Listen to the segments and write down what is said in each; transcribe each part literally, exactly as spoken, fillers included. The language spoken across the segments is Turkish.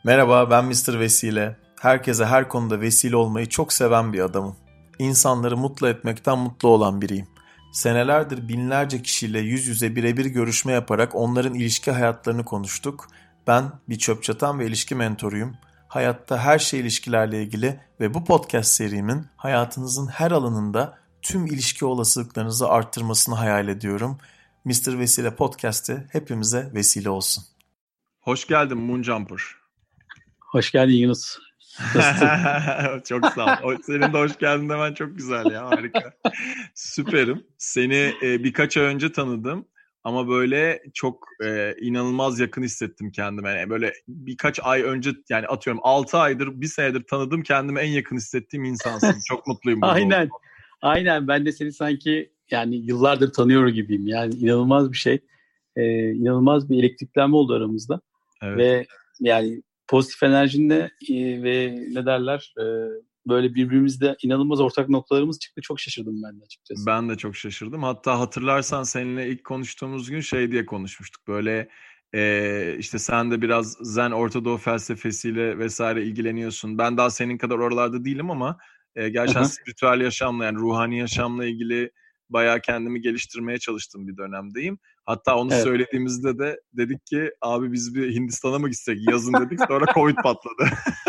Merhaba, ben mister Vesile. Herkese her konuda vesile olmayı çok seven bir adamım. İnsanları mutlu etmekten mutlu olan biriyim. Senelerdir binlerce kişiyle yüz yüze birebir görüşme yaparak onların ilişki hayatlarını konuştuk. Ben bir çöp çatan ve ilişki mentoruyum. Hayatta her şey ilişkilerle ilgili ve bu podcast serimin hayatınızın her alanında tüm ilişki olasılıklarınızı arttırmasını hayal ediyorum. mister Vesile Podcast'ı hepimize vesile olsun. Hoş geldin Moonjumper. Hoş geldin Yunus. Nasılsın? Çok sağ ol. Senin de hoş geldin demen çok güzel ya, harika. Süperim. Seni e, birkaç ay önce tanıdım ama böyle çok e, inanılmaz yakın hissettim kendime. Yani böyle birkaç ay önce, yani atıyorum altı aydır, bir senedir tanıdığım, kendime en yakın hissettiğim insansın. Çok mutluyum burada. Aynen. Oldu. Aynen. Ben de seni sanki yani yıllardır tanıyor gibiyim. Yani inanılmaz bir şey. Ee, inanılmaz bir elektriklenme oldu aramızda. Evet. Ve yani pozitif enerjinle e, ve ne derler e, böyle birbirimizde inanılmaz ortak noktalarımız çıktı. Çok şaşırdım ben de açıkçası. Ben de çok şaşırdım. Hatta hatırlarsan seninle ilk konuştuğumuz gün şey diye konuşmuştuk. Böyle e, işte sen de biraz Zen Orta felsefesiyle vesaire ilgileniyorsun. Ben daha senin kadar oralarda değilim ama e, gerçekten spiritüel yaşamla, yani ruhani yaşamla ilgili bayağı kendimi geliştirmeye çalıştığım bir dönemdeyim. Hatta onu evet. söylediğimizde de dedik ki abi biz bir Hindistan'a mı gitsek yazın dedik, sonra Covid patladı.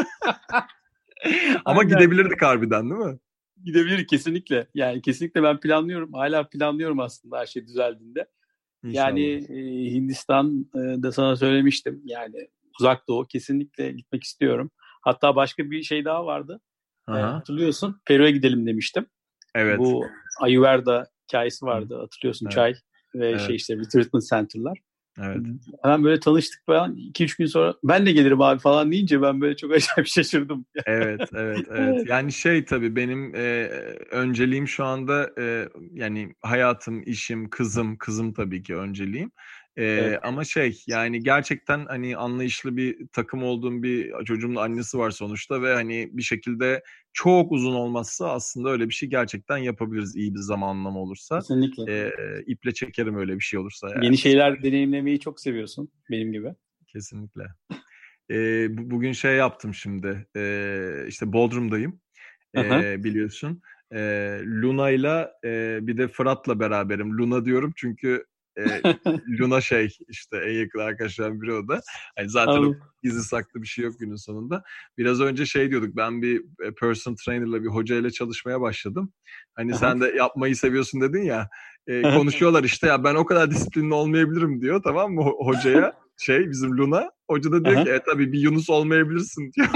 Ama aynen. Gidebilirdik harbiden, değil mi? Gidebilir kesinlikle. Yani kesinlikle ben planlıyorum. Hala planlıyorum aslında her şey düzeldiğinde. İnşallah. Yani e, Hindistan'da sana söylemiştim. Yani Uzak Doğu kesinlikle gitmek istiyorum. Hatta başka bir şey daha vardı. E, hatırlıyorsun. Peru'ya gidelim demiştim. Evet. Bu Ayurveda hikayesi vardı. Hatırlıyorsun, evet. Çay ve evet. şey işte treatment center'lar. Evet. Hemen böyle tanıştık falan. iki üç gün sonra ben de gelirim abi falan deyince ben böyle çok acayip şaşırdım. Evet, evet, evet. Yani şey tabii benim e, önceliğim şu anda e, yani hayatım, işim, kızım, kızım tabii ki önceliğim. E, evet. Ama şey yani gerçekten hani anlayışlı bir takım olduğum bir çocuğumun annesi var sonuçta ve hani bir şekilde çok uzun olmazsa aslında öyle bir şey gerçekten yapabiliriz, iyi bir zamanlama olursa. Kesinlikle. E, iple çekerim öyle bir şey olursa. Yani. Yeni şeyler deneyimlemeyi çok seviyorsun benim gibi. Kesinlikle. E, bugün şey yaptım şimdi, e, işte Bodrum'dayım, e, biliyorsun. E, Luna'yla e, bir de Fırat'la beraberim. Luna diyorum çünkü e, Luna şey işte en yakın arkadaşlarım biri o da. Yani zaten o gizli saklı bir şey yok günün sonunda. Biraz önce şey diyorduk, ben bir personal trainer'la, bir hocayla çalışmaya başladım. Hani Aha. sen de yapmayı seviyorsun dedin ya. E, konuşuyorlar işte, ya ben o kadar disiplinli olmayabilirim diyor, tamam mı hocaya? Şey bizim Luna. Hoca da diyor Aha. ki e tabii bir Yunus olmayabilirsin diyor.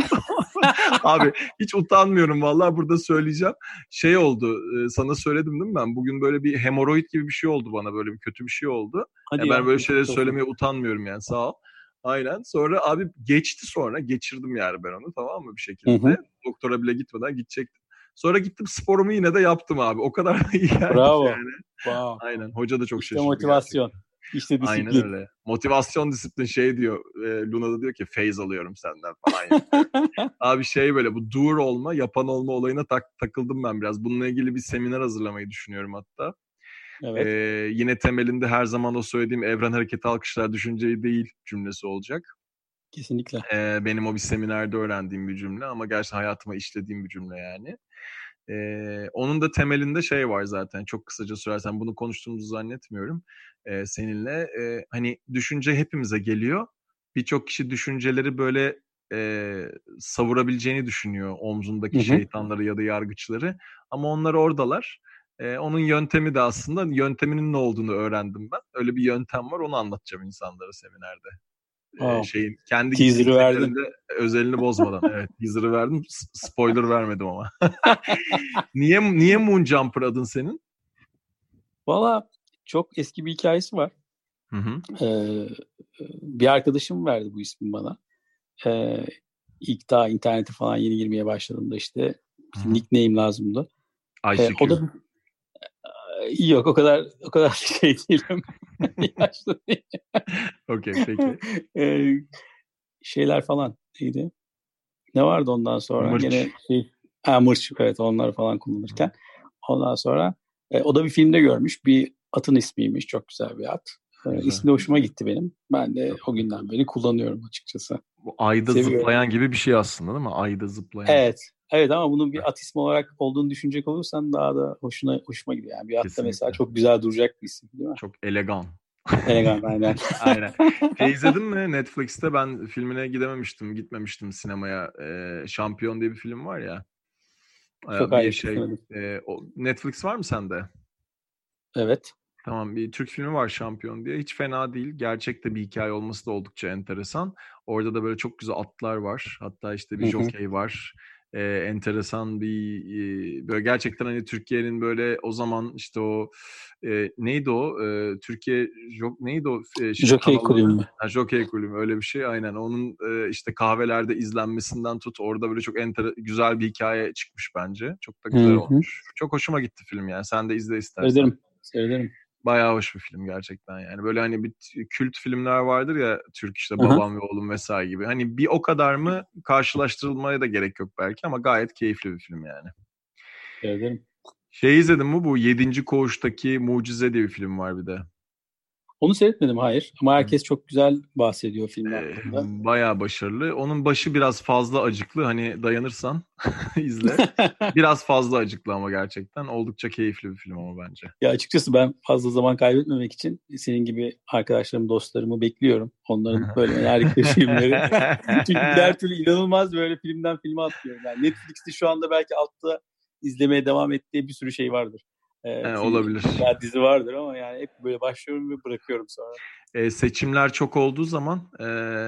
Abi hiç utanmıyorum vallahi, burada söyleyeceğim. Şey oldu, sana söyledim değil mi ben? Bugün böyle bir hemoroid gibi bir şey oldu bana, böyle bir kötü bir şey oldu. Yani ben böyle şeyleri söylemeye utanmıyorum yani, sağ ol. Aynen. Sonra abi geçti, sonra geçirdim yani ben onu, tamam mı bir şekilde. Hı hı. Doktora bile gitmeden gidecektim. Sonra gittim sporumu yine de yaptım abi. O kadar iyi geldi Bravo. Yani. Wow. Aynen. Hoca da çok işte şaşırdı. Motivasyon. Gerçekten. İşte disiplin. Aynen öyle. Motivasyon, disiplin şey diyor. E, Luna da diyor ki feyz alıyorum senden falan. Yani. Abi şey böyle bu doer olma, yapan olma olayına tak, takıldım ben biraz. Bununla ilgili bir seminer hazırlamayı düşünüyorum hatta. Evet. E, yine temelinde her zaman o söylediğim evren hareketi alkışlar düşünceyi değil cümlesi olacak. Kesinlikle. E, benim o bir seminerde öğrendiğim bir cümle ama gerçekten hayatıma işlediğim bir cümle yani. Ee, onun da temelinde şey var zaten, çok kısaca söylersem, bunu konuştuğumuzu zannetmiyorum ee, seninle. Ee, hani düşünce hepimize geliyor. Birçok kişi düşünceleri böyle e, savurabileceğini düşünüyor, omzundaki Hı-hı. şeytanları ya da yargıçları. Ama onlar oradalar. Ee, onun yöntemi de aslında, yönteminin ne olduğunu öğrendim ben. Öyle bir yöntem var, onu anlatacağım insanlara seminerde. Ee, şeyin kendi gittiklerinde özelini bozmadan. Evet, teaser'ı verdim. Spoiler vermedim ama. niye niye Moonjumper adın senin? Valla çok eski bir hikayesi var. Hı hı. Ee, bir arkadaşım verdi bu ismi bana. Ee, ilk daha internete falan yeni girmeye başladığımda işte Hı-hı. nickname lazımdı. Ee, o da yok, o kadar o kadar şey değilim. Yaşlı değil. Okey, peki. Ee, şeyler falan neydi? Ne vardı ondan sonra? Mırç. Gene şey, ha, mırç, evet, onları falan kullanırken. Ondan sonra e, o da bir filmde görmüş. Bir atın ismiymiş. Çok güzel bir at. E, ismi de hoşuma gitti benim. Ben de o günden beri kullanıyorum açıkçası. Bu ayda Seviyorum. zıplayan gibi bir şey aslında değil mi? Ayda zıplayan. Evet. Evet ama bunun bir at ismi olarak olduğunu düşünecek olursan daha da hoşuna hoşuma gidiyor. Yani bir atta Kesinlikle. mesela çok güzel duracak bir isim değil mi? Çok elegan. Elegan aynen. Aynen. Şey izledin mi Netflix'te? Ben filmine gidememiştim, gitmemiştim sinemaya. Ee, Şampiyon diye bir film var ya. Ee, Çok bir hayır, şey. E, o, Netflix var mı sende? Evet. Tamam, bir Türk filmi var Şampiyon diye. Hiç fena değil. Gerçekte bir hikaye olması da oldukça enteresan. Orada da böyle çok güzel atlar var. Hatta işte bir Hı hı. jokey var. Ee, enteresan bir e, böyle gerçekten hani Türkiye'nin böyle o zaman işte o e, neydi o e, Türkiye jok neydi o e, şey, Jockey kanalı? kulübü mü? Ha, Jockey kulübü öyle bir şey aynen. Onun e, işte kahvelerde izlenmesinden tut orada böyle çok enter- güzel bir hikaye çıkmış bence. Çok da güzel Hı hı. olmuş. Çok hoşuma gitti film yani. Sen de izle istersen. Seyrederim. Seyrederim. Bayağı hoş bir film gerçekten yani. Böyle hani bir t- kült filmler vardır ya Türk işte Hı hı. Babam ve Oğlum vesaire gibi. Hani bir o kadar mı karşılaştırılmaya da gerek yok belki ama gayet keyifli bir film yani. Seyrederim. Şey izledin mi bu Yedinci Koğuş'taki Mucize diye bir film var bir de. Onu seyretmedim hayır. Ama herkes çok güzel bahsediyor film Ee, hakkında. bayağı başarılı. Onun başı biraz fazla acıklı. Hani dayanırsan izle. Biraz fazla acıklı ama gerçekten. Oldukça keyifli bir film ama bence. Ya açıkçası ben fazla zaman kaybetmemek için senin gibi arkadaşlarımı, dostlarımı bekliyorum. Onların böyle önerdiği filmleri. Çünkü diğer türlü inanılmaz böyle filmden filme atlıyorum. Yani Netflix'te şu anda belki altta izlemeye devam ettiği bir sürü şey vardır. Ee, He, film, olabilir. ya dizi vardır ama yani hep böyle başlıyorum ve bırakıyorum sonra. E, seçimler çok olduğu zaman e,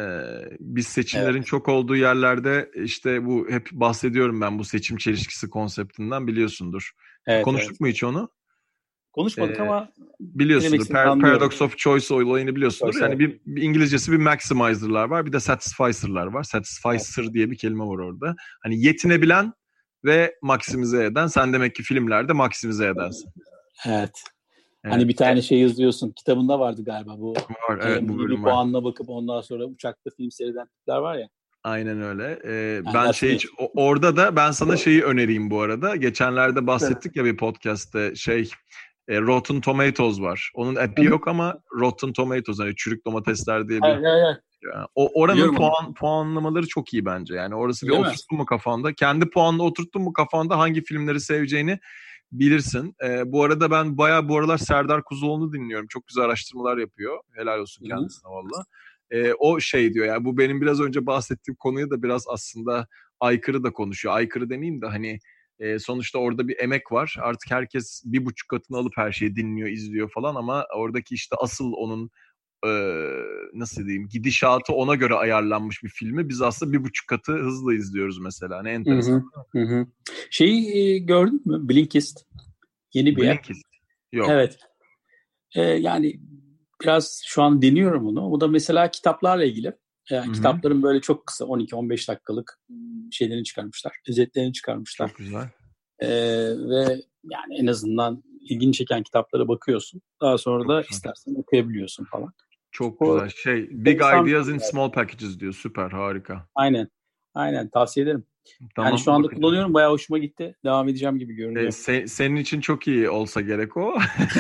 biz seçimlerin Evet. çok olduğu yerlerde işte bu hep bahsediyorum ben bu seçim çelişkisi konseptinden biliyorsundur. Evet, Konuştuk evet. mu hiç onu? Konuşmadık E, ama biliyorsundur. demek Par- anlıyorum. Paradox of Choice olayını biliyorsundur. Choice, Yani evet. bir, bir İngilizcesi bir maximizer'lar var bir de satisficer'lar var. Satisficer Evet. diye bir kelime var orada. Hani yetinebilen ve maksimize eden. Sen demek ki filmlerde maksimize edensin. Evet. Evet. Hani bir tane şey yazıyorsun. Kitabında vardı galiba bu. Var, evet, bu I M D B bölüm var. puanına bakıp ondan sonra uçakta film seyreden tipler var ya. Aynen öyle. Ee, Yani ben that's şey me. hiç- o- orada da ben sana şeyi önereyim bu arada. Geçenlerde bahsettik ya bir podcast'te şey e, Rotten Tomatoes var. Onun app'i yok ama Rotten Tomatoes hani çürük domatesler diye bir Evet, evet, evet. yani o oranın Biliyorum onu. puan puanlamaları çok iyi bence. Yani orası bir Öyle mi? oturttun mu kafanda, kendi puanını oturttun mu kafanda hangi filmleri seveceğini bilirsin. Ee, bu arada ben bayağı bu aralar Serdar Kuzuoğlu'nu dinliyorum. Çok güzel araştırmalar yapıyor. Helal olsun Hı-hı. kendisine valla. Ee, o şey diyor yani bu benim biraz önce bahsettiğim konuya da biraz aslında aykırı da konuşuyor. Aykırı demeyeyim de hani e, sonuçta orada bir emek var. Artık herkes bir buçuk katını alıp her şeyi dinliyor, izliyor falan ama oradaki işte asıl onun e, nasıl diyeyim gidişatı ona göre ayarlanmış bir filmi biz aslında bir buçuk katı hızla izliyoruz mesela. Ne enteresan. Hı hı. Şeyi e, gördün mü? Blinkist. Yeni bir yer. Blinkist. Yok. Evet. E, yani biraz şu an deniyorum onu. Bu da mesela kitaplarla ilgili. Yani Hı-hı. kitapların böyle çok kısa on iki on beş dakikalık şeylerini çıkarmışlar. Özetlerini çıkarmışlar. Çok güzel. E, ve yani en azından ilgini çeken kitaplara bakıyorsun. Daha sonra Çok da güzel. istersen okuyabiliyorsun falan. Çok O, güzel. Şey, Big Ideas in Small Packages diyor. Süper, harika. Aynen. Aynen. Tavsiye ederim. Tamam, yani şu anda bakacağım. kullanıyorum. Bayağı hoşuma gitti. Devam edeceğim gibi E, görünüyor. se- senin için çok iyi olsa gerek o.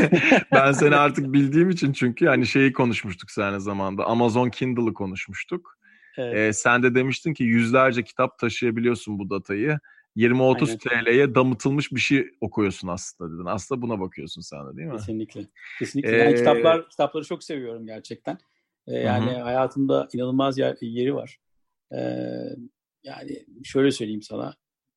Ben seni artık bildiğim için çünkü hani şeyi konuşmuştuk seninle zamanda. Amazon Kindle'ı konuşmuştuk. Evet. E, sen de demiştin ki yüzlerce kitap taşıyabiliyorsun bu datayı. yirmi otuz T L'ye damıtılmış bir şey okuyorsun aslında dedin. Aslında buna bakıyorsun sen de değil mi? Kesinlikle. Kesinlikle. Ee, Yani kitaplar kitapları çok seviyorum gerçekten. Ee, yani hı. hayatımda inanılmaz yer, yeri var. Ee, yani şöyle söyleyeyim sana.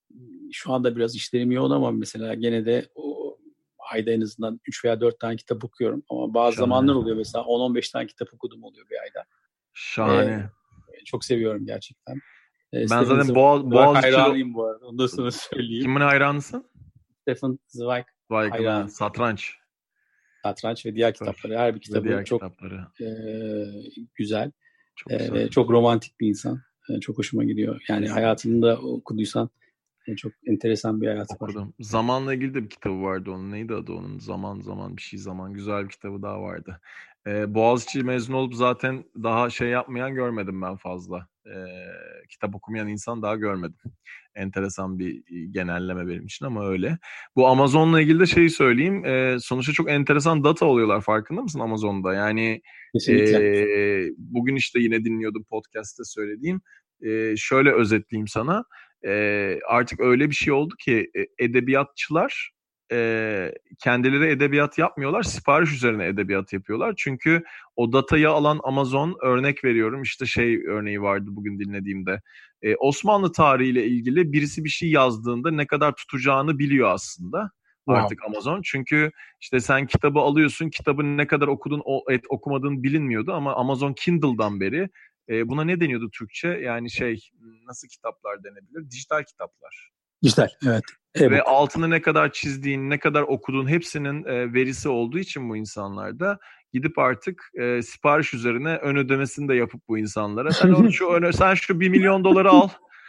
Şu anda biraz işlerim yoğun ama mesela gene de o ayda en azından üç veya dört tane kitap okuyorum. Ama bazı Şahane. zamanlar oluyor mesela on on beş tane kitap okudum oluyor bir ayda. Şahane. Ee, çok seviyorum gerçekten. Ee, Ben Stephen zaten Zweig Boğaz, Boğaziçi'li... hayranıyım bu arada. Onu da sana söyleyeyim. Kimin hayranısın? Stephen Zweig Zweig'ın Satranç. Satranç ve diğer kitapları. Her bir kitabı diğer çok kitapları. E, güzel. Çok E, güzel. çok romantik bir insan. E, çok hoşuma gidiyor. Yani Kesinlikle. hayatında okuduysan e, çok enteresan bir hayatı var. Okudum. Zamanla ilgili de bir kitabı vardı onun. Neydi adı onun? Zaman zaman bir şey zaman. Güzel bir kitabı daha vardı. Ee, Boğaziçi mezun olup zaten daha şey yapmayan görmedim ben fazla. Ee, kitap okumayan insan daha görmedim. Enteresan bir genelleme benim için ama öyle. Bu Amazon'la ilgili de şeyi söyleyeyim. E, sonuçta çok enteresan data oluyorlar, farkında mısın Amazon'da? Yani e, bugün işte yine dinliyordum podcast'te söylediğim. E, şöyle özetleyeyim sana. E, artık öyle bir şey oldu ki edebiyatçılar e, kendileri edebiyat yapmıyorlar. Sipariş üzerine edebiyat yapıyorlar. Çünkü o datayı alan Amazon, örnek veriyorum işte şey örneği vardı bugün dinlediğimde. Ee, Osmanlı tarihiyle ilgili birisi bir şey yazdığında ne kadar tutacağını biliyor aslında artık wow. Amazon. Çünkü işte sen kitabı alıyorsun, kitabın ne kadar okudun, o, et, okumadığın bilinmiyordu ama Amazon Kindle'dan beri e, buna ne deniyordu Türkçe? Yani şey, nasıl kitaplar denebilir? Dijital kitaplar. Dijital, evet. E-book. Ve altını ne kadar çizdiğin, ne kadar okuduğun hepsinin e, verisi olduğu için bu insanlarda gidip artık e, sipariş üzerine ön ödemesini de yapıp bu insanlara sen onu şu öne, sen şu bir milyon doları al.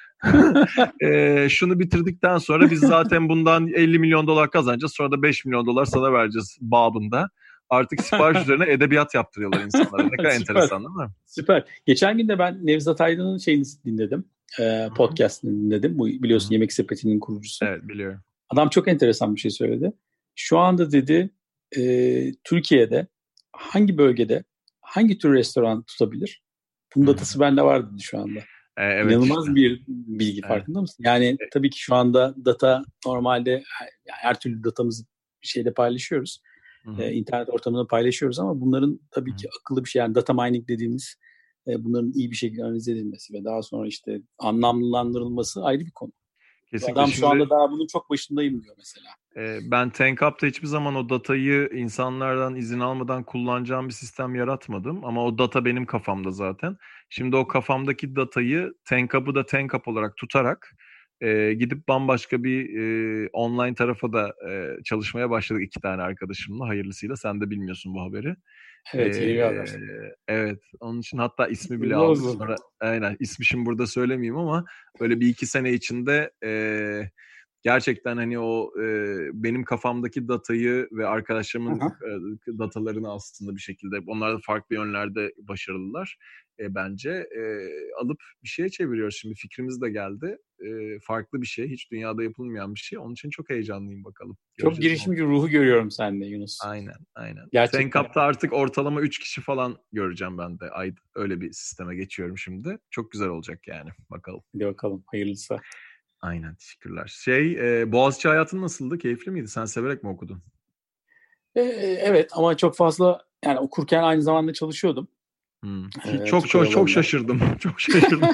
e, şunu bitirdikten sonra biz zaten bundan elli milyon dolar kazanacağız. Sonra da beş milyon dolar sana vereceğiz babında. Artık sipariş üzerine edebiyat yaptırıyorlar insanlara. Ne kadar enteresan değil mi? Süper. Geçen gün de ben Nevzat Aydın'ın şeyini dinledim. E, podcast'ını dinledim. Bu biliyorsun Hı-hı. Yemek Sepeti'nin kurucusu. Evet, biliyorum. Adam çok enteresan bir şey söyledi. Şu anda dedi e, Türkiye'de hangi bölgede hangi tür restoran tutabilir? Bunun datası bende var dedi şu anda. E, evet İnanılmaz işte. bir bilgi, evet. Farkında mısın? Yani evet. Tabii ki şu anda data normalde yani her türlü datamızı bir şeyde paylaşıyoruz. E, internet ortamında paylaşıyoruz ama bunların tabii Hı-hı. ki akıllı bir şey. Yani data mining dediğimiz e, bunların iyi bir şekilde analiz edilmesi ve daha sonra işte anlamlandırılması ayrı bir konu. Kesinlikle. Adam şu Şimdi, anda daha bunun çok başındayım diyor mesela. E, ben TankUp'ta hiçbir zaman o datayı insanlardan izin almadan kullanacağım bir sistem yaratmadım. Ama o data benim kafamda zaten. Şimdi o kafamdaki datayı TankUp'ı da TankUp olarak tutarak e, gidip bambaşka bir e, online tarafa da e, çalışmaya başladık iki tane arkadaşımla. Hayırlısıyla, sen de bilmiyorsun bu haberi. Evet, yeni bir haber. Ee, evet, onun için hatta ismi bile aldık. Sonra, aynen, ismi şimdi burada söylemeyeyim ama böyle bir iki sene içinde e, gerçekten hani o e, benim kafamdaki datayı ve arkadaşlarımın e, datalarını aslında bir şekilde, onlar da farklı yönlerde başarılılar e, bence e, alıp bir şeye çeviriyoruz. Şimdi fikrimiz de geldi. E, farklı bir şey, hiç dünyada yapılmayan bir şey. Onun için çok heyecanlıyım, bakalım. Göreceğiz, çok girişimci onu. Ruhu görüyorum sende Yunus. Aynen, aynen. Gerçekten. TankUp'ta artık ortalama üç kişi falan göreceğim ben de. Ayda öyle bir sisteme geçiyorum şimdi. Çok güzel olacak yani. Bakalım. Hadi bakalım. Hayırlısı. Aynen, teşekkürler. Şey, e, Boğaziçi hayatın nasıldı? Keyifli miydi? Sen severek mi okudun? E, evet ama çok fazla, yani okurken aynı zamanda çalışıyordum. Hmm. Ee, çok çok çok şaşırdım. Çok şaşırdım.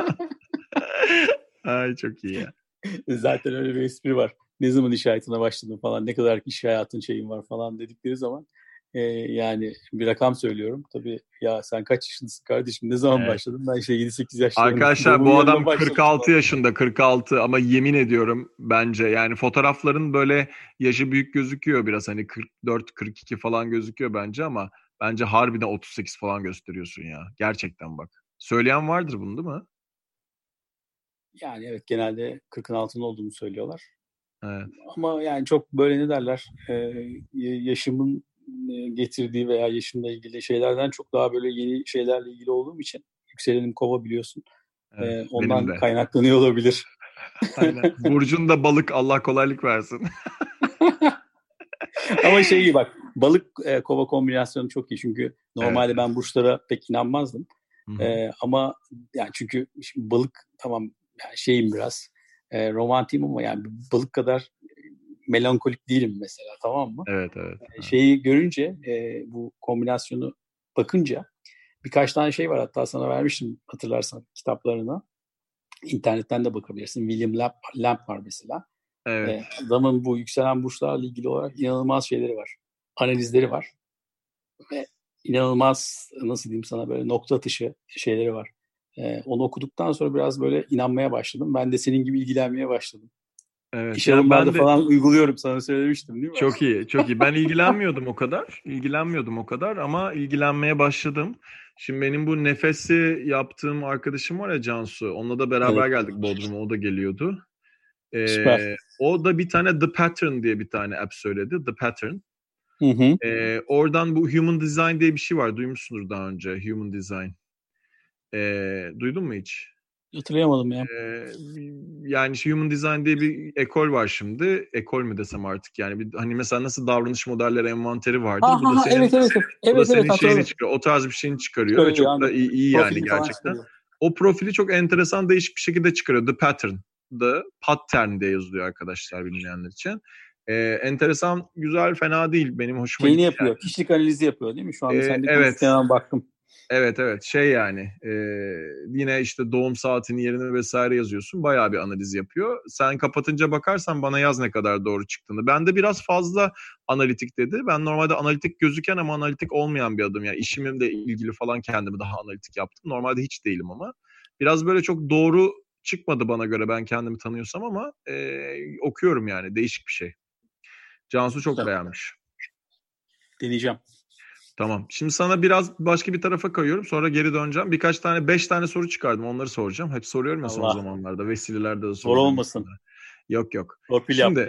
Ay çok iyi ya. Zaten öyle bir espri var. Ne zaman iş hayatına başladın falan, ne kadar iş hayatın şeyin var falan dedikleri zaman e, yani bir rakam söylüyorum. Tabii ya sen kaç yaşındasın kardeşim, ne zaman evet. başladın? Ben işte yedi sekiz yaşlarında. Arkadaşlar bu adam kırk altı yaşında, kırk altı ama yemin ediyorum bence yani fotoğrafların böyle yaşı büyük gözüküyor biraz, hani kırk dört kırk iki falan gözüküyor bence ama bence harbiden otuz sekiz falan gösteriyorsun ya. Gerçekten bak. Söyleyen vardır bunu değil mi? Yani evet, genelde kırkın altında olduğunu söylüyorlar. Evet. Ama yani çok böyle ne derler, e, yaşımın getirdiği veya yaşımla ilgili şeylerden çok daha böyle yeni şeylerle ilgili olduğum için yükselenim kova biliyorsun. Evet, e, ondan kaynaklanıyor olabilir. Aynen. Burcun da balık, Allah kolaylık versin. Ama şey iyi bak, balık e, kova kombinasyonu çok iyi çünkü normalde evet. ben burçlara pek inanmazdım. E, ama yani çünkü şimdi balık tamam yani şeyim biraz e, romantiyim ama yani balık kadar melankolik değilim mesela, tamam mı? Evet evet. E, şeyi görünce e, bu kombinasyonu bakınca birkaç tane şey var, hatta sana vermiştim hatırlarsan kitaplarına. İnternetten de bakabilirsin. William Lamp, Lamp var mesela. Evet. E, adamın bu yükselen burçlarla ilgili olarak inanılmaz şeyleri var. Analizleri var. Ve inanılmaz, nasıl diyeyim sana, böyle nokta atışı şeyleri var. Ee, onu okuduktan sonra biraz böyle inanmaya başladım. Ben de senin gibi ilgilenmeye başladım. Evet. İş alımlarda de... falan uyguluyorum, sana söylemiştim değil mi? Çok iyi, çok iyi. Ben ilgilenmiyordum o kadar. İlgilenmiyordum o kadar ama ilgilenmeye başladım. Şimdi benim bu nefesi yaptığım arkadaşım var ya, Cansu. Onunla da beraber evet. geldik Bodrum'a. O da geliyordu. Ee, Süper. O da bir tane The Pattern diye bir tane app söyledi. The Pattern. Hı hı. Ee, oradan bu Human Design diye bir şey var. Duymuşsundur daha önce. Human Design. Ee, duydun mu hiç? Hatırlayamadım ya. Ee, yani Human Design diye bir ekol var şimdi. Ekol mü desem artık yani. Bir, hani mesela nasıl davranış modelleri envanteri vardır. Ha, bu da ha, senin, evet evet. bu Evet da senin evet şeyini hatırladım. çıkarıyor. O tarz bir şeyini çıkarıyor Çıkarıyor ve çok yani. da iyi, iyi yani gerçekten. O profili çok enteresan, değişik bir şekilde çıkarıyor. The Pattern. The Pattern diye yazılıyor arkadaşlar bilmeyenler için. Ee, enteresan, güzel, fena değil. Benim hoşuma Şeyini gitti yapıyor. yani. Kişilik analizi yapıyor değil mi? Şu anda Ee, sen de evet. konuşurken baktım. Evet evet şey yani e, yine işte doğum saatini, yerini vesaire yazıyorsun. Bayağı bir analiz yapıyor. Sen kapatınca bakarsan bana yaz ne kadar doğru çıktığını. Ben de biraz fazla analitik dedi. Ben normalde analitik gözüken ama analitik olmayan bir adamım. Yani işimle ilgili falan kendimi daha analitik yaptım. Normalde hiç değilim ama. Biraz böyle çok doğru çıkmadı bana göre, ben kendimi tanıyorsam, ama e, okuyorum yani, değişik bir şey. Cansu çok Tamam. beğenmiş. Deneyeceğim. Tamam. Şimdi sana biraz başka bir tarafa kayıyorum. Sonra geri döneceğim. Birkaç tane, beş tane soru çıkardım. Onları soracağım. Hep soruyorum ya son zamanlarda. Vesilelerde de Zor soruyorum. olmasın. Aslında. Yok yok. Torpil Şimdi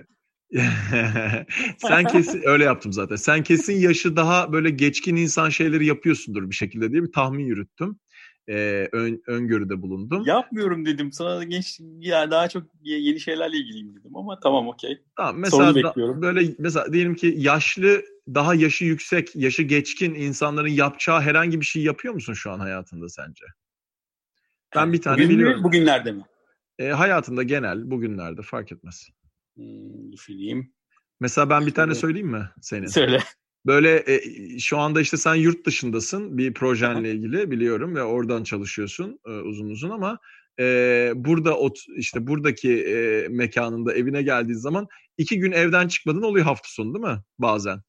sen kesin öyle yaptım zaten. Sen kesin yaşı daha böyle geçkin insan şeyleri yapıyorsundur bir şekilde diye bir tahmin yürüttüm. Ee, ön, öngörüde bulundum. Yapmıyorum dedim. Sana genç ya daha çok yeni şeylerle ilgiliyim dedim ama tamam okey. Tamam, mesela Sorunu da, bekliyorum. böyle mesela diyelim ki yaşlı, daha yaşı yüksek, yaşı geçkin insanların yapacağı herhangi bir şey yapıyor musun şu an hayatında sence? Ben yani bir tane bugün biliyorum. mü, bugünlerde mi? E, hayatında genel, bugünlerde fark etmez. Hmm, düşüneyim. Mesela ben bir tane söyleyeyim mi senin? Söyle. Böyle e, şu anda işte sen yurt dışındasın bir projenle ilgili biliyorum ve oradan çalışıyorsun e, uzun uzun, ama e, burada ot, işte buradaki e, mekanında evine geldiğin zaman iki gün evden çıkmadın oluyor hafta sonu değil mi bazen?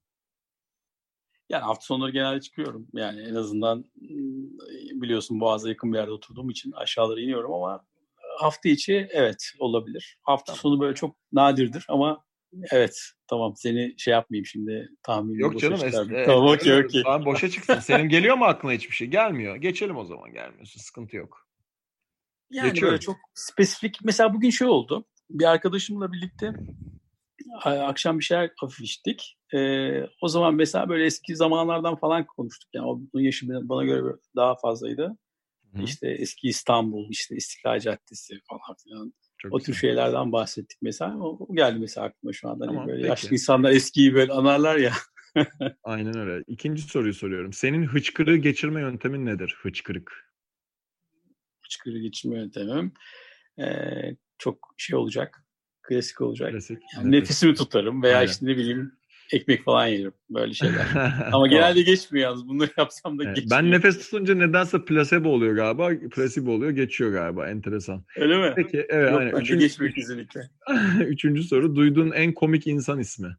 Yani hafta sonları genelde çıkıyorum. Yani en azından biliyorsun Boğaz'a yakın bir yerde oturduğum için aşağılara iniyorum ama hafta içi evet olabilir. Hafta tamam. Sonu böyle çok nadirdir ama evet tamam, seni şey yapmayayım şimdi, tahminini Yok boşa canım, çıkardım. Es- tamam es- okey okey. Tamam, boşa çıksın. Senin geliyor mu aklına hiçbir şey? Gelmiyor. Geçelim o zaman, gelmiyorsun. Sıkıntı yok. Yani Geçiyorum. böyle çok spesifik. Mesela bugün şey oldu. Bir arkadaşımla birlikte akşam bir şeyler hafif içtik. Ee, o zaman mesela böyle eski zamanlardan falan konuştuk. Yani onun yaşı bana göre daha fazlaydı. Hı. İşte eski İstanbul, işte İstiklal Caddesi falan filan. Çok o güzel. Tür şeylerden bahsettik mesela. O, o geldi mesela aklıma şu anda. Tamam, hani böyle yaşlı insanlar eskiyi böyle anarlar ya. Aynen öyle. İkinci soruyu soruyorum. Senin hıçkırığı geçirme yöntemin nedir? Hıçkırık. Hıçkırığı geçirme yöntemim ee, çok şey olacak. Klasik olacak. Klasik, yani nefes. Nefesimi tutarım veya Aynen. işte ne bileyim ekmek falan yerim. Böyle şeyler. Ama tamam. Genelde geçmiyor yalnız. Bunları yapsam da evet, geçmiyor. Ben nefes tutunca nedense placebo oluyor galiba. Placebo oluyor, geçiyor galiba. Enteresan. Öyle mi? Peki, evet. Yok, aynen. bence Üçüncü, geçmiyor kesinlikle. Üçüncü soru. Duyduğun en komik insan ismi?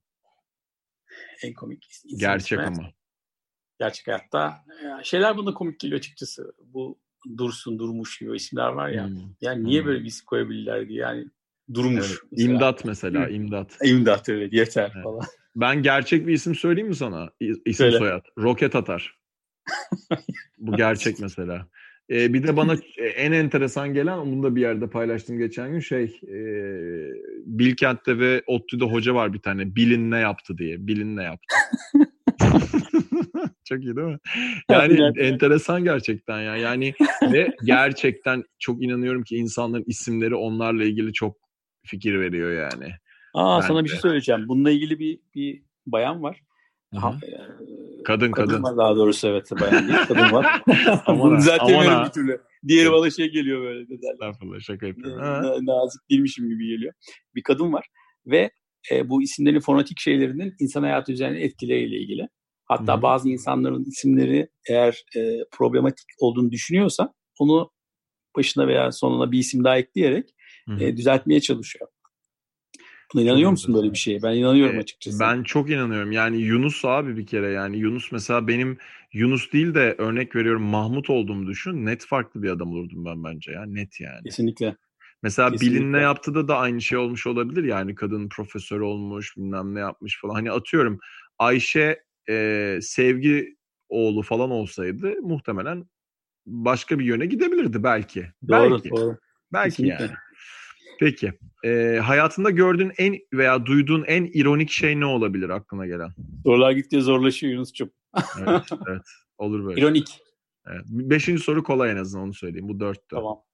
En komik insan Gerçek ismi. ama. Gerçek hayatta. Şeyler bana komik geliyor açıkçası. Bu Dursun, Durmuş gibi isimler var ya. Hmm. Yani niye hmm. böyle bir isim koyabilirler diye. Yani Durmuş. Evet. Mesela. İmdat mesela. İmdat. İmdat evet. Yeter evet. falan. Ben gerçek bir isim söyleyeyim mi sana? İsim Söyle. Soyad. Roket atar. Bu gerçek mesela. Ee, bir de bana en enteresan gelen, bunu da bir yerde paylaştım geçen gün, şey e, Bilkent'te ve ODTÜ'de hoca var bir tane. Bilin ne yaptı diye. Bilin ne yaptı. Çok iyi değil mi? Yani enteresan gerçekten ya. Yani ve gerçekten çok inanıyorum ki insanların isimleri onlarla ilgili çok fikir veriyor yani. Aa bence. Sana bir şey söyleyeceğim. Bununla ilgili bir bir bayan var. Ha, e, kadın kadın. Kadın var daha doğrusu, evet, bayan değil. Kadın var. Bunu düzeltemiyorum bir türlü. Diğeri bana şey geliyor böyle. Estağfurullah, şaka yapıyorum. N- nazik değilmişim gibi geliyor. Bir kadın var ve e, bu isimlerin fonetik şeylerinin insan hayatı üzerine etkileriyle ilgili. Hatta Hı-hı. bazı insanların isimleri eğer e, problematik olduğunu düşünüyorsa onu başına veya sonuna bir isim daha ekleyerek e, düzeltmeye çalışıyor. Buna inanıyor çok musun böyle bir şeye? Ben inanıyorum ee, açıkçası. Ben çok inanıyorum. Yani Yunus abi bir kere, yani Yunus mesela, benim Yunus değil de örnek veriyorum Mahmut olduğumu düşün. Net farklı bir adam olurdum ben bence ya. Net yani. Kesinlikle. Mesela Kesinlikle. Bilin ne yaptı da da aynı şey olmuş olabilir. Yani kadın profesör olmuş, bilmem ne yapmış falan. Hani atıyorum Ayşe e, Sevgi oğlu falan olsaydı muhtemelen başka bir yöne gidebilirdi belki. Doğru, belki. Doğru. Belki Kesinlikle. yani. Peki. E, hayatında gördüğün en veya duyduğun en ironik şey ne olabilir aklına gelen? Sorular gittikçe zorlaşıyor Yunus'cum. Evet, evet. Olur böyle. İronik. Evet. Beşinci soru kolay, en azından onu söyleyeyim. Bu dörttü. Tamam.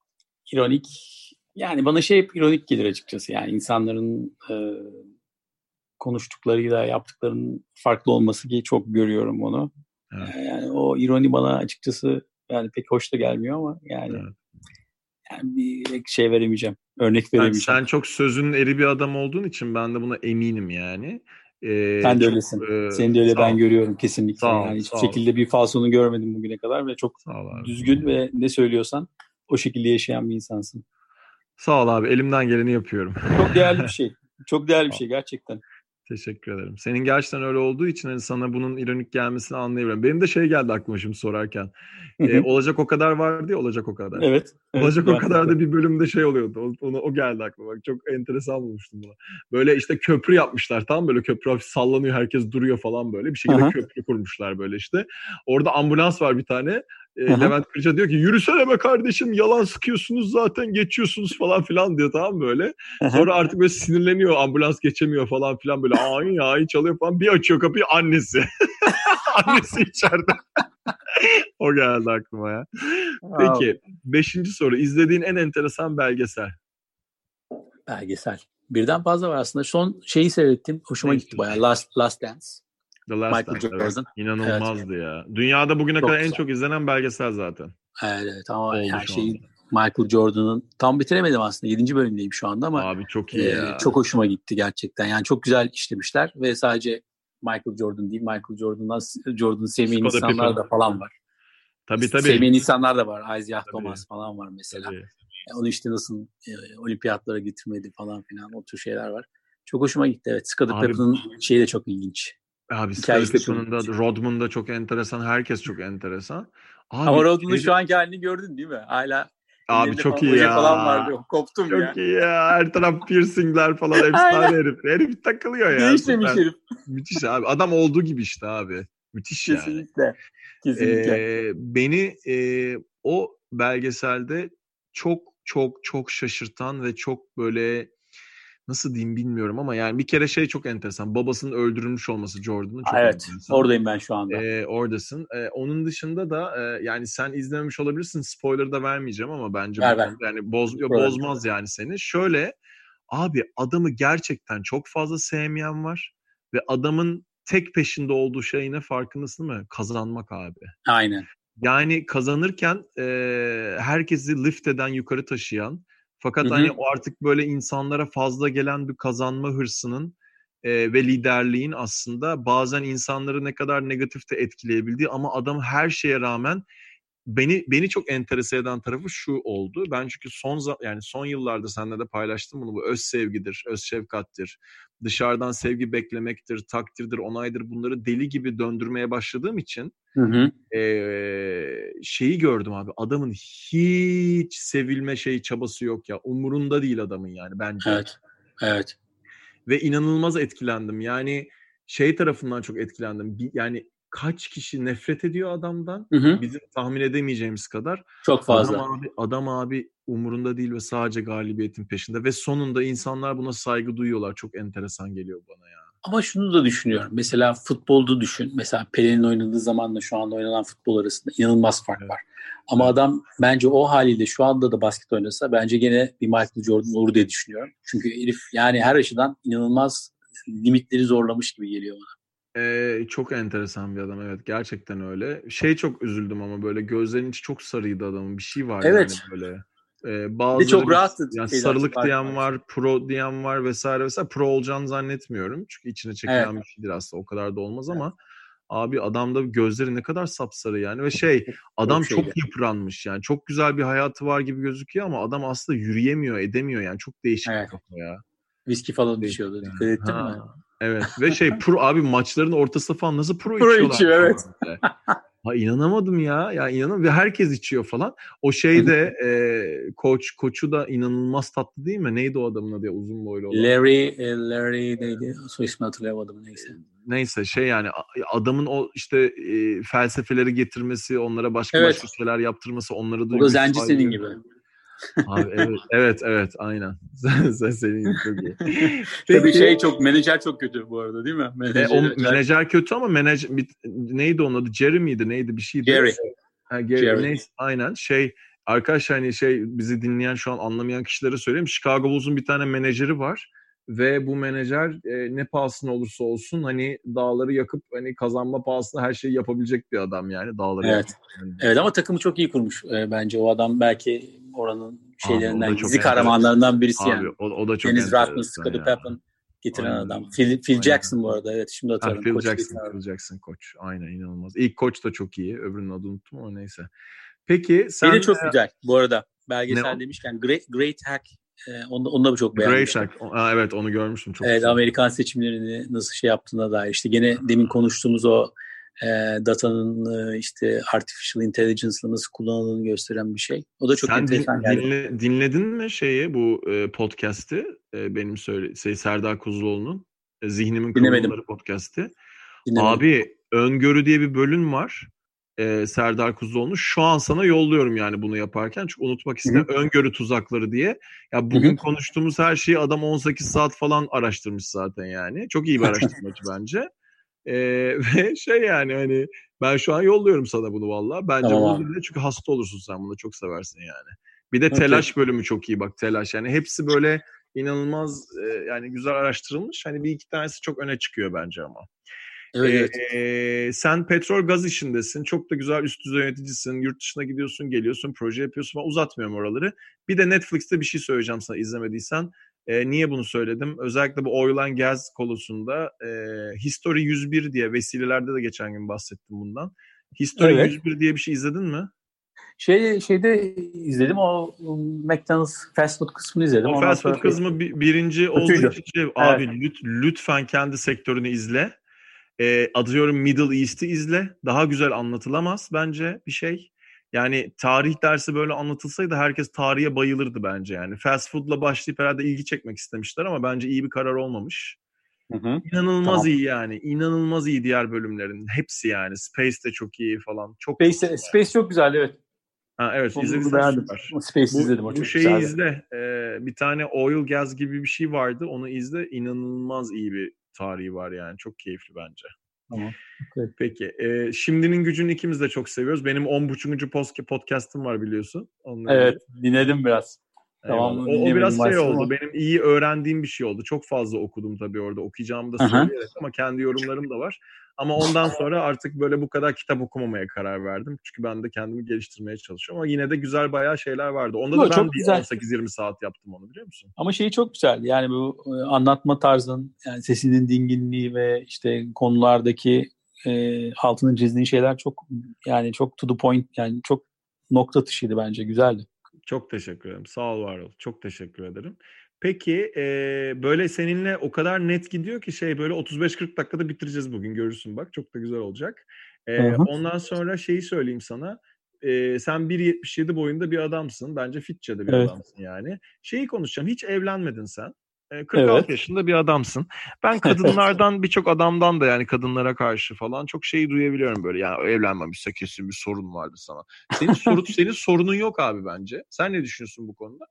ironik. Yani bana şey hep ironik gelir açıkçası. Yani insanların e, konuştuklarıyla yaptıklarının farklı olması ki çok görüyorum onu. Evet. Yani o ironi bana açıkçası yani pek hoş da gelmiyor ama yani, evet. yani bir şey veremeyeceğim. Örnek veremeyeceğim. Sen, sen çok sözünün eri bir adam olduğun için ben de buna eminim yani. Ee, Sen de çok, öylesin. E, Seni de öyle ben ol. görüyorum kesinlikle. Sağ yani ol, hiçbir şekilde ol. bir falsonu görmedim bugüne kadar ve çok düzgün ve ne söylüyorsan o şekilde yaşayan bir insansın. Sağ ol abi. Elimden geleni yapıyorum. Çok değerli bir şey. Çok değerli bir şey gerçekten. Teşekkür ederim. Senin gerçekten öyle olduğu için hani sana bunun ironik gelmesini anlayabilirim. Benim de şey geldi aklıma şimdi sorarken. ee, olacak o kadar vardı ya, olacak o kadar. Evet. Olacak evet, o kadar da bir bölümde şey oluyordu. O, o, o geldi aklıma. Bak, çok enteresan bulmuştum bunu. Böyle işte köprü yapmışlar, tamam, böyle köprü hafif sallanıyor, herkes duruyor falan böyle. Bir şekilde Aha. köprü kurmuşlar böyle işte. Orada ambulans var bir tane. E, Levent Kırca diyor ki yürüsene be kardeşim, yalan sıkıyorsunuz zaten, geçiyorsunuz falan filan diyor, tamam böyle. Sonra artık böyle sinirleniyor, ambulans geçemiyor falan filan böyle ay ya çalıyor falan, bir açıyor kapıyı, annesi. Annesi içeride. O geldi aklıma ya. Peki beşinci soru, izlediğin en enteresan belgesel? Belgesel. Birden fazla var aslında. Son şeyi seyrettim. Hoşuma Neyse. gitti bayağı. Last, Last Dance. The Last Michael Dance. Evet. İnanılmazdı evet. ya. Dünyada bugüne çok kadar güzel. En çok izlenen belgesel zaten. Evet, evet. Ama her şeyi Michael Jordan'ın tam bitiremedim aslında. Yedinci bölümdeyim şu anda ama abi çok iyi e, ya. Çok hoşuma gitti gerçekten. Yani çok güzel işlemişler ve sadece Michael Jordan değil, Michael Jordan'dan Jordan'ı sevmeyen Skoda insanlar Pippen. da falan var. Tabii tabii. Sevmeyen insanlar da var. Isaiah tabii. Thomas falan var mesela. Yani onu işte nasıl e, olimpiyatlara getirmedi falan filan, o tür şeyler var. Çok hoşuma gitti. Evet. Skoda Pippen'ın şeyi de çok ilginç. Abi Skoda Pippen'ın da, Rodman'ın da çok enteresan. Herkes çok enteresan. Abi, Ama Rodman'ın şu anki halini gördün değil mi? Hala abi çok iyi ya. Falan vardı. Koptum çok ya. Çok iyi ya. Her taraf piercingler falan. Efsane herif. Herif takılıyor ya. Değişmemiş herif. Müthiş abi. Adam olduğu gibi işte abi. Müthiş yani. Kesinlikle. Kesinlikle. Ee, beni e, o belgeselde çok çok çok şaşırtan ve çok böyle nasıl diyeyim bilmiyorum ama yani bir kere şey çok enteresan. Babasının öldürülmüş olması Jordan'ın çok evet, enteresan. Oradayım ben şu anda. Ee, oradasın. Ee, onun dışında da e, yani sen izlememiş olabilirsin. Spoiler da vermeyeceğim ama bence ver, ver. yani boz, bozmaz yani seni. Şöyle abi, adamı gerçekten çok fazla sevmeyen var ve adamın tek peşinde olduğu şey ne, farkındasın mı? Kazanmak abi. Aynen. Yani kazanırken e, herkesi lift eden, yukarı taşıyan, fakat Hı-hı. hani o artık böyle insanlara fazla gelen bir kazanma hırsının e, ve liderliğin aslında bazen insanları ne kadar negatifte etkileyebildiği, ama adam her şeye rağmen beni beni çok enterese eden tarafı şu oldu. Ben çünkü son yani son yıllarda seninle de paylaştım bunu. Bu öz sevgidir, öz şefkattir, dışarıdan sevgi beklemektir, takdirdir, onaydır. Bunları deli gibi döndürmeye başladığım için hı hı. E, şeyi gördüm abi. Adamın hiç sevilme şeyi çabası yok ya. Umurunda değil adamın yani bence. Evet. Evet. Ve inanılmaz etkilendim. Yani şey tarafından çok etkilendim. Yani kaç kişi nefret ediyor adamdan? Hı hı. Bizim tahmin edemeyeceğimiz kadar. Çok fazla. Adam abi, adam abi umurunda değil ve sadece galibiyetin peşinde. Ve sonunda insanlar buna saygı duyuyorlar. Çok enteresan geliyor bana ya. Ama şunu da düşünüyorum. Mesela futbolda düşün. Mesela Pelé'nin oynadığı zamanla şu anda oynanan futbol arasında inanılmaz fark evet. var. Ama evet. adam bence o haliyle şu anda da basket oynasa bence gene bir Michael Jordan olur diye düşünüyorum. Çünkü herif yani her açıdan inanılmaz limitleri zorlamış gibi geliyor bana. Ee, çok enteresan bir adam, evet, gerçekten öyle. Şey çok üzüldüm ama böyle gözlerinin içi çok sarıydı adamın. Bir şey var evet. yani böyle. Ee, bazıları çok rahat yani sarılık diyen var, pro diyen var vesaire vesaire. Pro olacağını zannetmiyorum. Çünkü içine çekilen evet. bir şeydir aslında. O kadar da olmaz evet. ama abi adamda gözleri ne kadar sapsarı yani. Ve şey, adam çok, çok yıpranmış yani. Çok güzel bir hayatı var gibi gözüküyor ama adam aslında yürüyemiyor, edemiyor yani. Çok değişik evet. bir kafa ya. Viski falan içiyordu. Yani. Dikkat ettin ha. mi? Evet ve şey pro abi, maçların ortasında falan nasıl pro, pro içiyorlar? içiyor evet. Ha, inanamadım ya. Ya inanamadım ve herkes içiyor falan. O şeyde e, koç koçu da inanılmaz tatlı değil mi? Neydi o adamın adı ya, uzun boylu olan? Larry Larry neydi? Soy ismini hatırlayamadım neyse. Neyse şey yani adamın o işte e, felsefeleri getirmesi, onlara başka evet. başka şeyler yaptırması, onları duymak. O da zenci senin gibi. Abi evet evet evet aynen. Sen senin gibi çok iyi. Peki, tabii şey çok menajer çok kötü bu arada değil mi? Menajer, e, o menajer kötü ama menajer neydi onun adı? Jerry miydi? Neydi bir şeydi? Jerry. Ha, Gary, Jerry. Neyse, aynen şey arkadaşlar hani şey bizi dinleyen şu an anlamayan kişilere söyleyeyim. Chicago Bulls'un bir tane menajeri var. Ve bu menajer e, ne pahasına olursa olsun hani dağları yakıp hani kazanma pahasına her şeyi yapabilecek bir adam yani dağları Evet. yakıp. Yani. Evet ama takımı çok iyi kurmuş e, bence o adam belki oranın şeylerinden Abi, gizli kahramanlarından birisi Abi, yani. o, o da çok Dennis Rodman, enteresan Scottie Pippen getiren Aynen. adam. Phil, Phil Aynen. Jackson bu arada evet şimdi hatırladım. Ha, Phil Jackson, Phil Jackson koç. Aynen inanılmaz. İlk koç da çok iyi. Öbürünün adını unuttum ama neyse. Peki sen... Şey de çok e, güzel bu arada. Belgesel ne demişken Great, Great Hack e, onu, onu da çok beğendim. Great Hack. Aa, evet onu görmüştüm. Çok evet güzel. Amerikan seçimlerini nasıl şey yaptığına dair. İşte gene demin konuştuğumuz o e, datanın e, işte artificial intelligence'la nasıl kullanıldığını gösteren bir şey. O da çok Sen enteresan din, geldi. Dinle, dinledin mi şeyi bu e, podcast'i? E, benim söyle şey, Serdar Kuzuloğlu'nun e, Zihnimin Kıvrımları podcast'i. Dinlemedim. Abi öngörü diye bir bölüm var. E, Serdar Kuzuloğlu'nun. Şu an sana yolluyorum yani bunu yaparken. Çünkü unutmak istemiyorum. Öngörü tuzakları diye. Ya bugün Hı-hı. konuştuğumuz her şeyi adam on sekiz saat falan araştırmış zaten yani. Çok iyi bir araştırmacı bence. Ee, ve şey yani hani ben şu an yolluyorum sana bunu valla. Bence tamam bunu dinle çünkü hasta olursun sen bunu çok seversin yani. Bir de telaş okay. bölümü çok iyi bak telaş yani hepsi böyle inanılmaz e, yani güzel araştırılmış. Hani bir iki tanesi çok öne çıkıyor bence ama. Evet, ee, evet. Sen petrol gaz işindesin. Çok da güzel üst düzey yöneticisin. Yurt dışına gidiyorsun, geliyorsun, proje yapıyorsun. Ben uzatmıyorum oraları. Bir de Netflix'te bir şey söyleyeceğim sana izlemediysen. E, niye bunu söyledim? Özellikle bu oil and gas konusunda e, History yüz bir diye vesilelerde de geçen gün bahsettim bundan. History evet. yüz bir diye bir şey izledin mi? Şey şeyde izledim o McDonald's fast food kısmını izledim. O fast food kısmı bir, birinci olduğu için şey, abi evet. lüt, lütfen kendi sektörünü izle. E, atıyorum Middle East'i izle. Daha güzel anlatılamaz bence bir şey. Yani tarih dersi böyle anlatılsaydı herkes tarihe bayılırdı bence yani. Fast food'la başlayıp herhalde ilgi çekmek istemişler ama bence iyi bir karar olmamış. Hı hı. İnanılmaz tamam. iyi yani. İnanılmaz iyi diğer bölümlerin. Hepsi yani. Space de çok iyi falan. Çok Space, çok Space çok güzel evet. Ha, evet izlediysen süper. Space bu, izledim o bu çok şeyi güzeldi. izle. Ee, bir tane oil gas gibi bir şey vardı. Onu izle. İnanılmaz iyi bir tarihi var yani. Çok keyifli bence. Tamam. Okay. Peki. E, Şimdinin Gücü'nü ikimiz de çok seviyoruz. Benim on buçuğuncu podcast'ım var biliyorsun. Onunla evet. Ilgili. Dinledim biraz. Tamam. O, o biraz şey oldu. Ama. Benim iyi öğrendiğim bir şey oldu. Çok fazla okudum tabii orada. Okuyacağımı da söyleyerek ama kendi yorumlarım da var. Ama ondan sonra artık böyle bu kadar kitap okumamaya karar verdim. Çünkü ben de kendimi geliştirmeye çalışıyorum. Ama yine de güzel bayağı şeyler vardı. Onda da ben bir on sekiz yirmi saat yaptım onu biliyor musun? Ama şeyi çok güzel. Yani bu anlatma tarzın, yani sesinin dinginliği ve işte konulardaki e, altını çizdiğin şeyler çok yani çok to the point yani çok nokta atışıydı bence. Güzeldi. Çok teşekkür ederim. Sağ ol, var ol. Çok teşekkür ederim. Peki e, böyle seninle o kadar net gidiyor ki şey böyle otuz beş kırk dakikada bitireceğiz bugün. Görürsün bak. Çok da güzel olacak. E, ondan sonra şeyi söyleyeyim sana. E, sen bir yetmiş yedi boyunda bir adamsın. Bence fitçe de bir evet. adamsın yani. Şeyi konuşacağım. Hiç evlenmedin sen. kırk altı evet. yaşında bir adamsın. Ben kadınlardan birçok adamdan da yani kadınlara karşı falan çok şeyi duyabiliyorum böyle. Yani evlenmemişse kesin bir sorun vardı sana. Senin sorun senin sorunun yok abi bence. Sen ne düşünüyorsun bu konuda?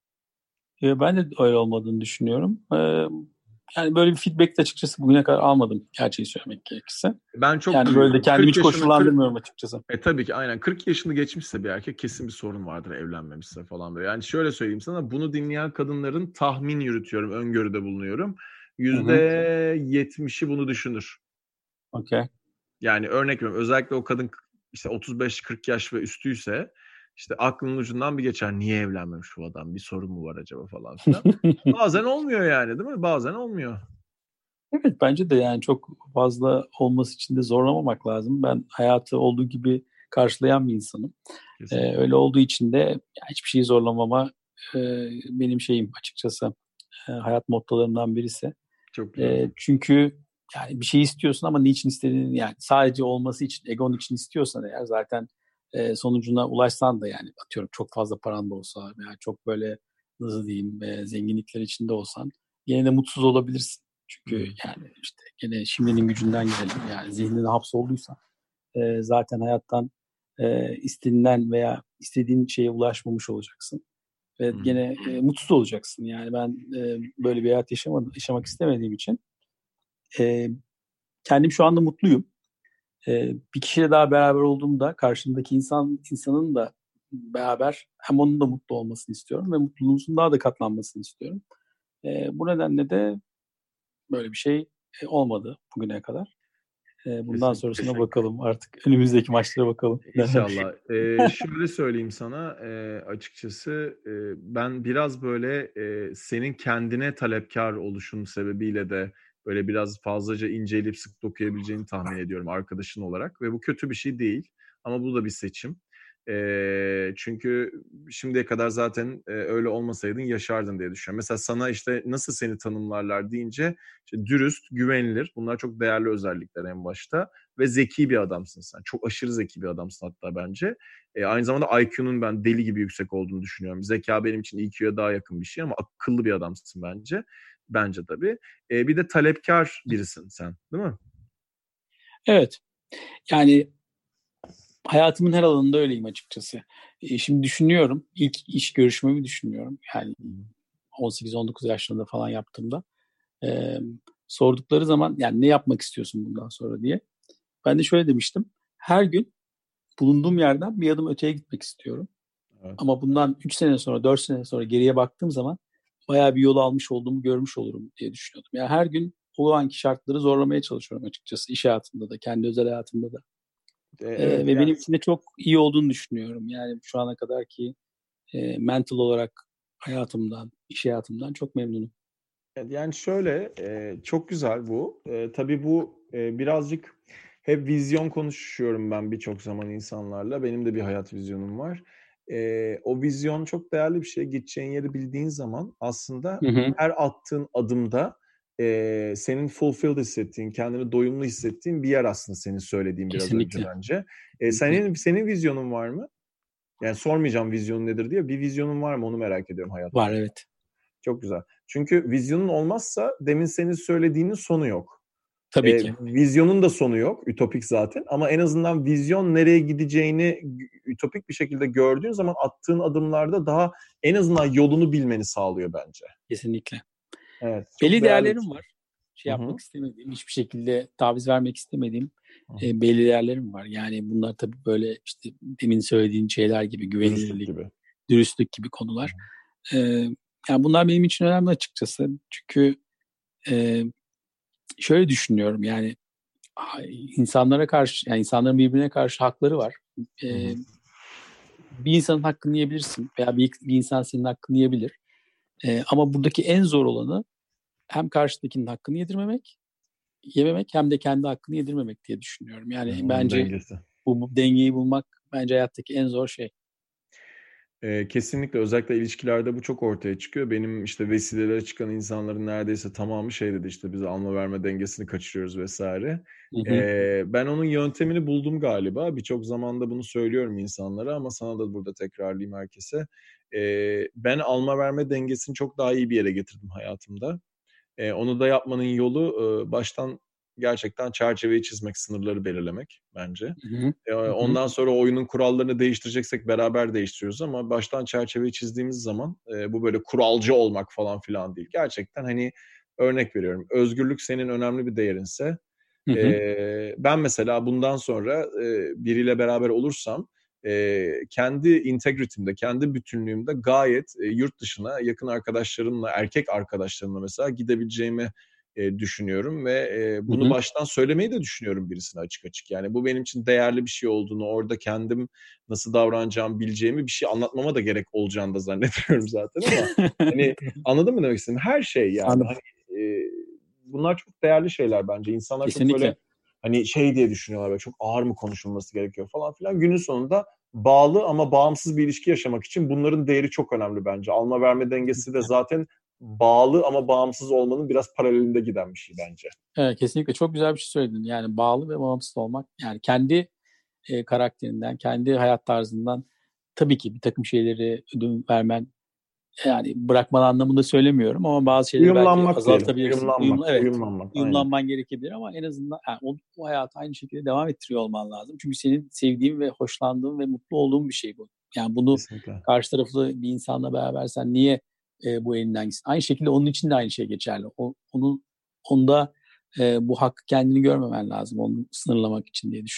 Ben de öyle olmadığını düşünüyorum. Yani böyle bir feedback de açıkçası bugüne kadar almadım. Gerçeği söylemek gerekirse. Ben çok yani böyle de kendimi hiç koşullandırmıyorum açıkçası. E tabii ki aynen. kırk yaşını geçmişse bir erkek kesin bir sorun vardır evlenmemişse falan böyle. Yani şöyle söyleyeyim sana bunu dinleyen kadınların tahmin yürütüyorum, öngörüde bulunuyorum. yüzde yetmişi bunu düşünür. Okey. Yani örnek veriyorum özellikle o kadın işte otuz beş kırk yaş ve üstüyse işte aklının ucundan bir geçer. Niye evlenmemiş bu adam? Bir sorun mu var acaba falan filan. Bazen olmuyor yani değil mi? Bazen olmuyor. Evet bence de yani çok fazla olması için de zorlamamak lazım. Ben hayatı olduğu gibi karşılayan bir insanım. Ee, öyle olduğu için de yani hiçbir şeyi zorlamama e, benim şeyim açıkçası e, hayat mottolarımdan birisi. Çok güzel. E, çünkü yani bir şey istiyorsun ama niçin istediğini yani sadece olması için, egon için istiyorsan eğer zaten e, sonucuna ulaşsan da yani atıyorum çok fazla paran da olsa veya çok böyle nasıl diyeyim e, zenginlikler içinde olsan yine de mutsuz olabilirsin. Çünkü hmm. yani işte gene şimdinin gücünden gelelim yani zihnine hapsolduysan e, zaten hayattan e, istenilen veya istediğin şeye ulaşmamış olacaksın. Ve hmm. gene e, mutsuz olacaksın. Yani ben e, böyle bir hayat yaşamadım, yaşamak istemediğim için e, kendim şu anda mutluyum. E, bir kişiyle daha beraber olduğumda karşımdaki insan insanın da beraber hem onun da mutlu olmasını istiyorum ve mutluluğumuzun daha da katlanmasını istiyorum. E, bu nedenle de böyle bir şey e, olmadı bugüne kadar. E, bundan Kesinlikle. sonrasına bakalım artık. Önümüzdeki maçlara bakalım. İnşallah. Ee, şöyle söyleyeyim sana e, açıkçası e, ben biraz böyle e, senin kendine talepkar oluşun sebebiyle de böyle biraz fazlaca inceleyip sık dokuyabileceğini tahmin ediyorum arkadaşın olarak ve bu kötü bir şey değil ama bu da bir seçim. E, çünkü şimdiye kadar zaten e, öyle olmasaydın yaşardın diye düşünüyorum. Mesela sana işte nasıl seni tanımlarlar deyince işte dürüst, güvenilir. Bunlar çok değerli özellikler en başta. Ve zeki bir adamsın sen. Çok aşırı zeki bir adamsın hatta bence. E, aynı zamanda I Q'nun ben deli gibi yüksek olduğunu düşünüyorum. Zeka benim için I Q'ya daha yakın bir şey ama akıllı bir adamsın bence. Bence tabii. E, bir de talepkar birisin sen, değil mi? Evet. Yani hayatımın her alanında öyleyim açıkçası. E, şimdi düşünüyorum. İlk iş görüşmemi düşünüyorum. Yani on sekiz on dokuz yaşlarında falan yaptığımda. E, sordukları zaman yani ne yapmak istiyorsun bundan sonra diye. Ben de şöyle demiştim. Her gün bulunduğum yerden bir adım öteye gitmek istiyorum. Evet. Ama bundan üç sene sonra, dört sene sonra geriye baktığım zaman bayağı bir yol almış olduğumu görmüş olurum diye düşünüyordum. Yani her gün o anki şartları zorlamaya çalışıyorum açıkçası. İş hayatımda da, kendi özel hayatımda da. Evet, ee, ve yani benim için de çok iyi olduğunu düşünüyorum. Yani şu ana kadar ki e, mental olarak hayatımdan, iş hayatımdan çok memnunum. Yani şöyle, e, çok güzel bu. E, tabii bu e, birazcık hep vizyon konuşuyorum ben birçok zaman insanlarla. Benim de bir hayat vizyonum var. E, o vizyon çok değerli bir şey. Gideceğin yeri bildiğin zaman aslında hı hı. her attığın adımda e, senin fulfilled hissettiğin, kendini doyumlu hissettiğin bir yer aslında senin söylediğin biraz Kesinlikle. önce bence. E, senin senin vizyonun var mı? Yani sormayacağım vizyonun nedir diye. Bir vizyonun var mı onu merak ediyorum hayatta. Var evet. Çok güzel. Çünkü vizyonun olmazsa demin senin söylediğinin sonu yok. Tabii ee, ki. Vizyonun da sonu yok. Ütopik zaten. Ama en azından vizyon nereye gideceğini ütopik bir şekilde gördüğün zaman attığın adımlarda daha en azından yolunu bilmeni sağlıyor bence. Kesinlikle. Evet. Belli değerlerim var. Şey Hı-hı. yapmak istemediğim, hiçbir şekilde taviz vermek istemediğim e, belli değerlerim var. Yani bunlar tabii böyle işte demin söylediğin şeyler gibi, güvenilirlik, dürüstlük gibi, dürüstlük gibi konular. Ee, yani bunlar benim için önemli açıkçası. Çünkü e, şöyle düşünüyorum yani insanlara karşı, yani insanların birbirine karşı hakları var. Ee, bir insanın hakkını yiyebilirsin veya bir, bir insan senin hakkını yiyebilir. Ee, ama buradaki en zor olanı hem karşıdakinin hakkını yedirmemek, yememek hem de kendi hakkını yedirmemek diye düşünüyorum. Yani hmm, bence bu, bu dengeyi bulmak bence hayattaki en zor şey. Ee, kesinlikle özellikle ilişkilerde bu çok ortaya çıkıyor. Benim işte vesilelere çıkan insanların neredeyse tamamı şey dedi işte biz alma verme dengesini kaçırıyoruz vesaire. Hı hı. Ee, ben onun yöntemini buldum galiba. Birçok zamanda bunu söylüyorum insanlara ama sana da burada tekrarlayayım herkese. Ee, ben alma verme dengesini çok daha iyi bir yere getirdim hayatımda. Ee, onu da yapmanın yolu e, baştan gerçekten çerçeveyi çizmek, sınırları belirlemek bence. Hı hı. Ee, ondan sonra oyunun kurallarını değiştireceksek beraber değiştiriyoruz ama baştan çerçeveyi çizdiğimiz zaman e, bu böyle kuralcı olmak falan filan değil. Gerçekten hani örnek veriyorum. Özgürlük senin önemli bir değerinse hı hı. E, ben mesela bundan sonra e, biriyle beraber olursam e, kendi integritimde, kendi bütünlüğümde gayet e, yurt dışına yakın arkadaşlarımla, erkek arkadaşlarımla mesela gidebileceğimi e, düşünüyorum ve e, bunu hı hı. baştan söylemeyi de düşünüyorum birisine açık açık. Yani bu benim için değerli bir şey olduğunu, orada kendim nasıl davranacağımı bileceğimi bir şey anlatmama da gerek olacağını da zannetmiyorum zaten ama hani anladın mı demek istedim? Her şey yani. Hani, e, bunlar çok değerli şeyler bence. İnsanlar Kesinlikle. çok böyle hani şey diye düşünüyorlar böyle çok ağır mı konuşulması gerekiyor falan filan. Günün sonunda bağlı ama bağımsız bir ilişki yaşamak için bunların değeri çok önemli bence. Alma verme dengesi de zaten bağlı ama bağımsız olmanın biraz paralelinde giden bir şey bence. Evet kesinlikle çok güzel bir şey söyledin. Yani bağlı ve bağımsız olmak yani kendi e, karakterinden, kendi hayat tarzından tabii ki bir takım şeyleri ödün vermen yani bırakman anlamında söylemiyorum ama bazı şeyleri uyumlanmak belki azaltabilirsin. Uyumlanmak, Uyumla, evet, uyumlanmak, uyumlanman aynen. gerekebilir ama en azından yani o, o hayatı aynı şekilde devam ettiriyor olman lazım. Çünkü senin sevdiğin ve hoşlandığın ve mutlu olduğun bir şey bu. Yani bunu Kesinlikle. karşı taraflı bir insanla beraber sen niye e, bu elinden gitsin? Aynı şekilde onun için de aynı şey geçerli. O, onun onda e, bu hakkı kendini görmemen lazım onu sınırlamak için diye düşünüyorum.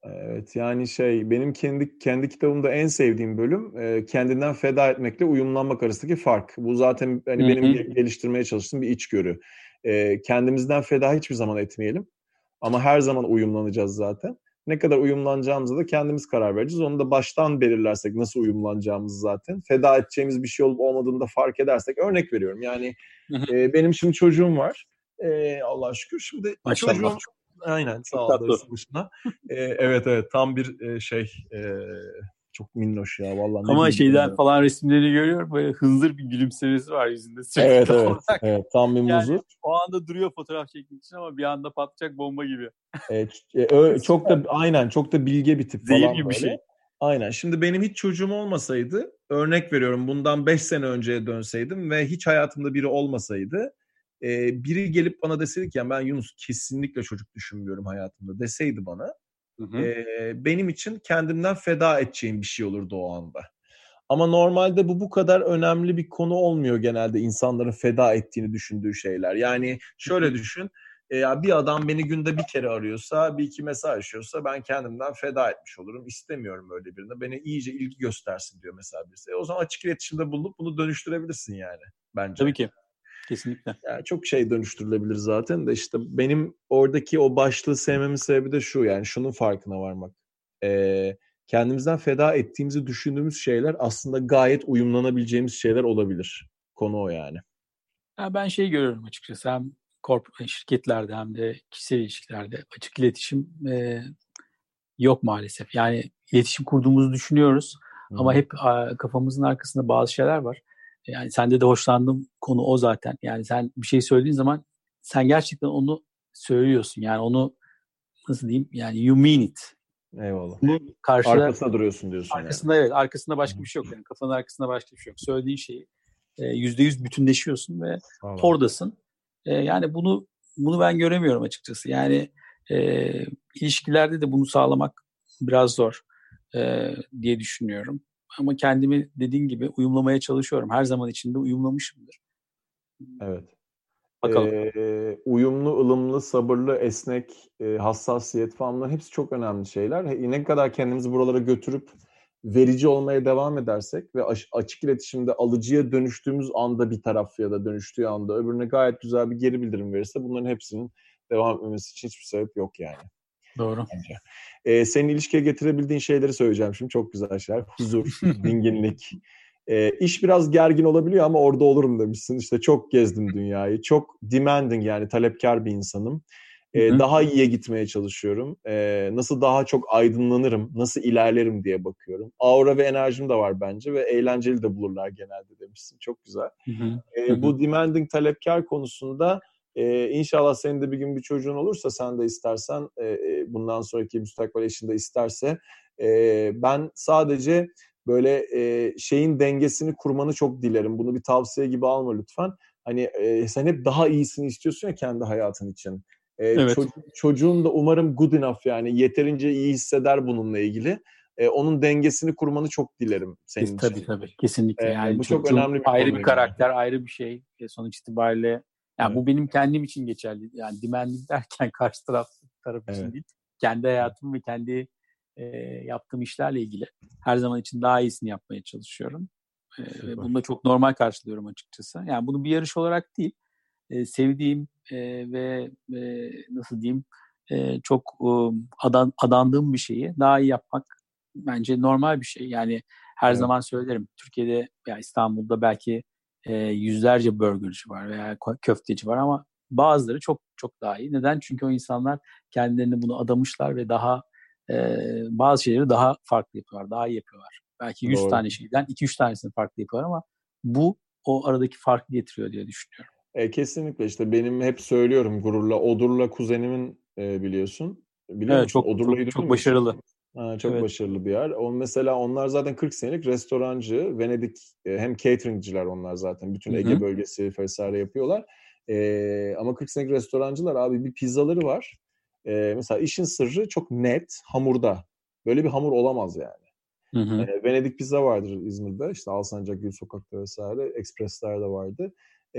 Evet, yani şey, benim kendi kendi kitabımda en sevdiğim bölüm e, kendinden feda etmekle uyumlanmak arasındaki fark. Bu zaten hani Hı benim hı. ge- geliştirmeye çalıştığım bir içgörü. E, kendimizden feda hiçbir zaman etmeyelim. Ama her zaman uyumlanacağız zaten. Ne kadar uyumlanacağımıza da kendimiz karar vereceğiz. Onu da baştan belirlersek nasıl uyumlanacağımızı zaten. Feda edeceğimiz bir şey olup olmadığını da fark edersek, örnek veriyorum. Yani Hı hı. e, benim şimdi çocuğum var. E, Allah'a şükür. Şimdi Maşallah. çocuğum, aynen, sağ Çok ol, tatlı. darısı başına. E, evet evet, tam bir e, şey, e, çok minnoş ya, vallahi ne Ama diyeyim şeyden bilmiyorum. falan resimleri görüyorum. Böyle hınzır bir gülümsemesi var yüzünde Evet sürekli evet olarak. evet, tam bir Yani muzur. o anda duruyor fotoğraf çekmek için ama bir anda patlayacak bomba gibi. E, e, ö- çok Süper. da aynen, çok da bilge bir tip Zehir falan gibi bir böyle. şey. Aynen. Şimdi benim hiç çocuğum olmasaydı, örnek veriyorum, bundan beş sene önceye dönseydim ve hiç hayatımda biri olmasaydı, e, biri gelip bana deseydi ki, yani ben Yunus kesinlikle çocuk düşünmüyorum hayatımda deseydi bana, Hı hı. e, benim için kendimden feda edeceğim bir şey olurdu o anda. Ama normalde bu bu kadar önemli bir konu olmuyor genelde, insanların feda ettiğini düşündüğü şeyler. Yani şöyle düşün, e, ya bir adam beni günde bir kere arıyorsa, bir iki mesaj açıyorsa ben kendimden feda etmiş olurum. İstemiyorum öyle birine. Beni iyice ilgi göstersin diyor mesela birisi. E, o zaman açık iletişimde bulunup bunu dönüştürebilirsin yani, bence. Tabii ki. Kesinlikle. Yani çok şey dönüştürülebilir zaten de, işte benim oradaki o başlığı sevmemin sebebi de şu, yani şunun farkına varmak. Ee, kendimizden feda ettiğimizi düşündüğümüz şeyler aslında gayet uyumlanabileceğimiz şeyler olabilir. Konu o yani. Ya ben şey görüyorum açıkçası, hem korp- şirketlerde hem de kişisel ilişkilerde açık iletişim e, yok maalesef. Yani iletişim kurduğumuzu düşünüyoruz ama Hı-hı. hep a, kafamızın arkasında bazı şeyler var. Yani sende de hoşlandığım konu o zaten. Yani sen bir şey söylediğin zaman sen gerçekten onu söylüyorsun. Yani onu nasıl diyeyim? Yani you mean it. Eyvallah. Bunun karşıda Arkasına duruyorsun diyorsun yani. arkasında, evet, arkasında başka Hı-hı. bir şey yok. Yani kafanın arkasında başka bir şey yok. Söylediğin şeyi e, yüzde yüz bütünleşiyorsun ve Sağ ol abi. oradasın. E, yani bunu bunu ben göremiyorum açıkçası. Yani e, ilişkilerde de bunu sağlamak biraz zor e, diye düşünüyorum. Ama kendimi dediğin gibi uyumlamaya çalışıyorum. Her zaman içinde uyumlamışımdır. Evet. Bakalım. Ee, uyumlu, ılımlı, sabırlı, esnek, e, hassasiyet falan, bunların hepsi çok önemli şeyler. He- Ne kadar kendimizi buralara götürüp verici olmaya devam edersek ve aş- açık iletişimde alıcıya dönüştüğümüz anda, bir taraf ya da dönüştüğü anda öbürüne gayet güzel bir geri bildirim verirse, bunların hepsinin devam etmemesi için hiçbir sebep yok yani. Doğru. Bence. Ee, senin ilişkiye getirebildiğin şeyleri söyleyeceğim şimdi. Çok güzel şeyler. Huzur, dinginlik. Ee, iş biraz gergin olabiliyor ama orada olurum demişsin. İşte çok gezdim dünyayı. Çok demanding, yani talepkar bir insanım. Ee, daha iyiye gitmeye çalışıyorum. Ee, nasıl daha çok aydınlanırım, nasıl ilerlerim diye bakıyorum. Aura ve enerjim de var bence ve eğlenceli de bulurlar genelde demişsin. Çok güzel. Ee, bu demanding, talepkar konusunda Ee, inşallah senin de bir gün bir çocuğun olursa, sen de istersen, e, bundan sonraki müstakbel eşin de isterse, e, ben sadece böyle e, şeyin dengesini kurmanı çok dilerim. Bunu bir tavsiye gibi alma lütfen. Hani e, sen hep daha iyisini istiyorsun ya kendi hayatın için. E, Evet. ço- çocuğun da umarım good enough, yani yeterince iyi hisseder bununla ilgili. E, onun dengesini kurmanı çok dilerim senin için. Tabii tabii. Kesinlikle. E, Yani bu çok çocuğun önemli bir ayrı konu bir benim için. karakter, ayrı bir şey. E, sonuç itibariyle yani Evet. bu benim kendim için geçerli. Yani demanding derken karşı taraf taraf için Evet. değil. Kendi hayatım ve kendi e, yaptığım işlerle ilgili her zaman için daha iyisini yapmaya çalışıyorum. E, ve bunu da çok normal karşılıyorum açıkçası. Yani bunu bir yarış olarak değil, e, sevdiğim e, ve e, nasıl diyeyim, e, çok e, adan, adandığım bir şeyi daha iyi yapmak bence normal bir şey. Yani her Evet. zaman söylerim, Türkiye'de veya İstanbul'da belki e, yüzlerce burgerci var veya köfteci var ama bazıları çok çok daha iyi. Neden? Çünkü o insanlar kendilerini bunu adamışlar ve daha e, bazı şeyleri daha farklı yapıyorlar, daha iyi yapıyorlar. Belki yüz Doğru. tane şeyden iki üç tanesini farklı yapıyorlar ama bu o aradaki farkı getiriyor diye düşünüyorum. E, kesinlikle, işte benim hep söylüyorum gururla, Odur'la kuzenimin, e, biliyorsun. Biliyor Evet, musun? çok Odur'la çok gidip çok mi hiç? başarılı. Ha, çok Evet. başarılı bir yer. O mesela, onlar zaten kırk senelik restorancı. Venedik, e, hem cateringciler onlar zaten. Bütün Hı Ege hı. bölgesi vesaire yapıyorlar. E, ama kırk senelik restorancılar abi, bir pizzaları var. E, mesela işin sırrı çok net hamurda. Böyle bir hamur olamaz yani. Hı hı. E, Venedik pizza vardır İzmir'de. İşte Alsancak, Gül Sokak'ta vesaire. Ekspresler de vardı.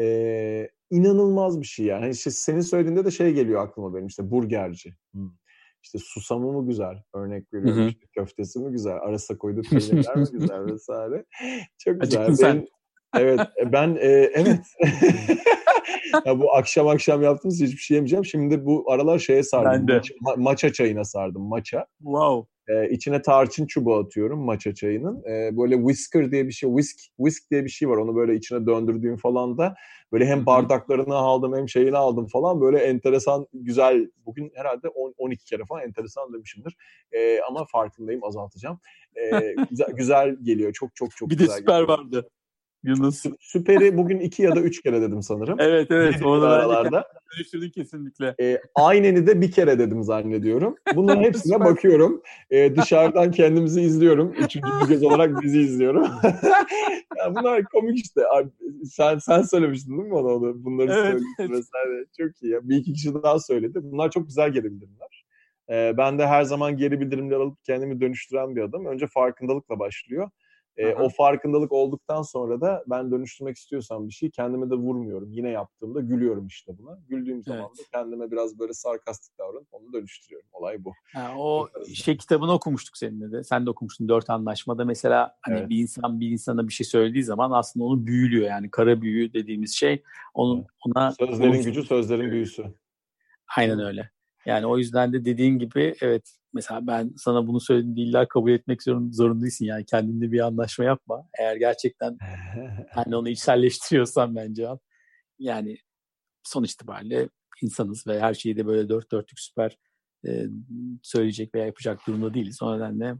E, inanılmaz bir şey yani. Hani işte senin söylediğinde de şey geliyor aklıma benim, işte burgerci. Hmm. İşte susamı mı güzel? Örnek veriyorum. İşte köftesi mi güzel? Arasına koyduğu peynirler mi güzel vesaire. Çok güzel. Acıktın Benim, sen. Evet. Ben e, evet. Ya bu akşam akşam yaptığımız hiçbir şey yemeyeceğim. Şimdi bu aralar şeye sardım. Maça, ma- maça çayına sardım. Maça. Wow. Ee, içine tarçın çubuğu atıyorum maça çayının. Ee, böyle whisker diye bir şey, whisk, whisk diye bir şey var. Onu böyle içine döndürdüğüm falan da böyle hem bardaklarını aldım hem şeyini aldım falan. Böyle enteresan, güzel. Bugün herhalde on on iki kere falan enteresan demişimdir. Ee, ama farkındayım, azaltacağım. Ee, güzel, güzel geliyor. Çok çok çok bir güzel de süper geliyor. vardı. Yunus. Süperi bugün iki ya da üç kere dedim sanırım. Evet evet. Onu aralarda. Dönüştürdün kesinlikle. E, ayneni de bir kere dedim zannediyorum. Bunların hepsine bakıyorum. E, dışarıdan kendimizi izliyorum. Üçüncü bir göz olarak bizi izliyorum. Ya bunlar komik işte. Sen sen söylemiştin değil mi bana onu? Bunları evet, söyledin evet. vesaire. Çok iyi. Ya. Bir iki kişi daha söyledi. Bunlar çok güzel geri bildirimler. E, ben de her zaman geri bildirimler alıp kendimi dönüştüren bir adam. Önce farkındalıkla başlıyor. E, o farkındalık olduktan sonra da ben dönüştürmek istiyorsam bir şey kendime de vurmuyorum. Yine yaptığımda gülüyorum işte buna. Güldüğüm zaman Evet. da kendime biraz böyle sarkastik davranıp onu dönüştürüyorum. Olay bu. Ha, o şey kitabını okumuştuk seninle de. Sen de okumuştun Dört Anlaşma'da. Mesela hani Evet. bir insan bir insana bir şey söylediği zaman aslında onu büyülüyor. Yani kara büyü dediğimiz şey onun Evet. ona Sözlerin olumsuz... gücü, sözlerin büyüsü. Aynen öyle. Yani o yüzden de dediğin gibi evet mesela ben sana bunu söylediğimde illa kabul etmek zorun, zorunda değilsin. Yani kendinle bir anlaşma yapma. Eğer gerçekten yani onu içselleştiriyorsan bence al. Yani sonuç itibariyle insanız ve her şeyi de böyle dört dörtlük süper e, söyleyecek veya yapacak durumda değiliz. O nedenle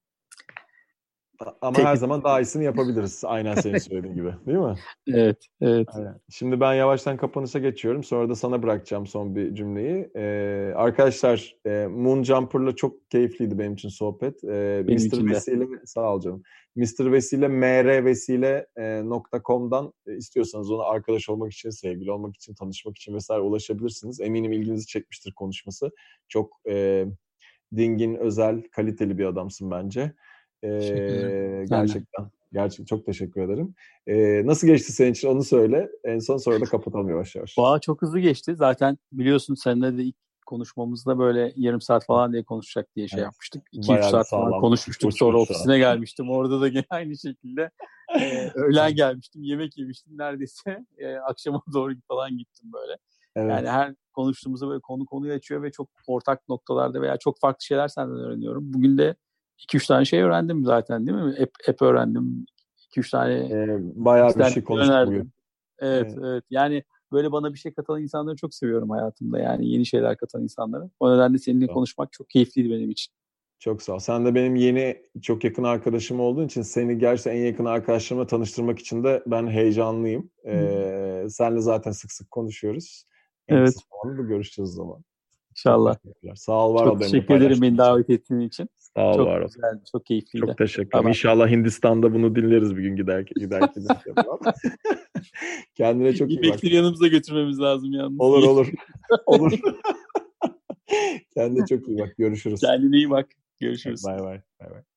ama her zaman daha iyisini yapabiliriz. Aynen senin söylediğin gibi. Değil mi? Evet, evet. Aynen. Şimdi ben yavaştan kapanışa geçiyorum. Sonra da sana bırakacağım son bir cümleyi. Ee, arkadaşlar e, Moon Jumper'la çok keyifliydi benim için sohbet. Ee, mister Vesile, sağ ol canım. mister Vesile mrvesile nokta com'dan e, istiyorsanız ona arkadaş olmak için, sevgili olmak için, tanışmak için vesaire ulaşabilirsiniz. Eminim ilginizi çekmiştir konuşması. Çok e, dingin, özel, kaliteli bir adamsın bence. Ee, gerçekten. Gerçekten çok teşekkür ederim. Ee, nasıl geçti senin için onu söyle. En son sonra da kapatalım yavaş yavaş. Valla çok hızlı geçti. Zaten biliyorsun seninle de ilk konuşmamızda böyle yarım saat falan diye konuşacak diye şey evet. yapmıştık. iki üç saat sağlam, falan konuşmuştuk. Uç, sonra uç ofisine saat. gelmiştim. Orada da gene aynı şekilde e, öğlen gelmiştim. Yemek yemiştim neredeyse. E, akşama doğru falan gittim böyle. Evet. Yani her konuştuğumuzda böyle konu konuyu açıyor ve çok ortak noktalarda veya çok farklı şeyler senden öğreniyorum. Bugün de iki üç tane şey öğrendim zaten değil mi? Hep, hep öğrendim. iki üç tane ee, bayağı bir şey konuştuk önerdim. Bugün. Evet, evet, evet. Yani böyle bana bir şey katan insanları çok seviyorum hayatımda. Yani yeni şeyler katan insanları. O nedenle seninle çok. konuşmak çok keyifliydi benim için. Çok sağ ol. Sen de benim yeni çok yakın arkadaşım olduğun için seni gerçekten en yakın arkadaşlarıma tanıştırmak için de ben heyecanlıyım. Ee, seninle zaten sık sık konuşuyoruz. En evet. kısa zamanda görüşeceğiz o zaman. İnşallah. Sağ ol, var çok ol. Teşekkür ederim beni davet ettiğin için. Sağ ol, çok var ol. güzeldi, çok keyifliydi. Çok teşekkür ederim. İnşallah Hindistan'da bunu dinleriz bir gün giderken. giderken Kendine çok iyi bak. Yemekleri yanımıza götürmemiz lazım yalnız. Olur olur. olur. Kendine çok iyi bak. Görüşürüz. Kendine iyi bak. Görüşürüz. Bay bay. Bay bay.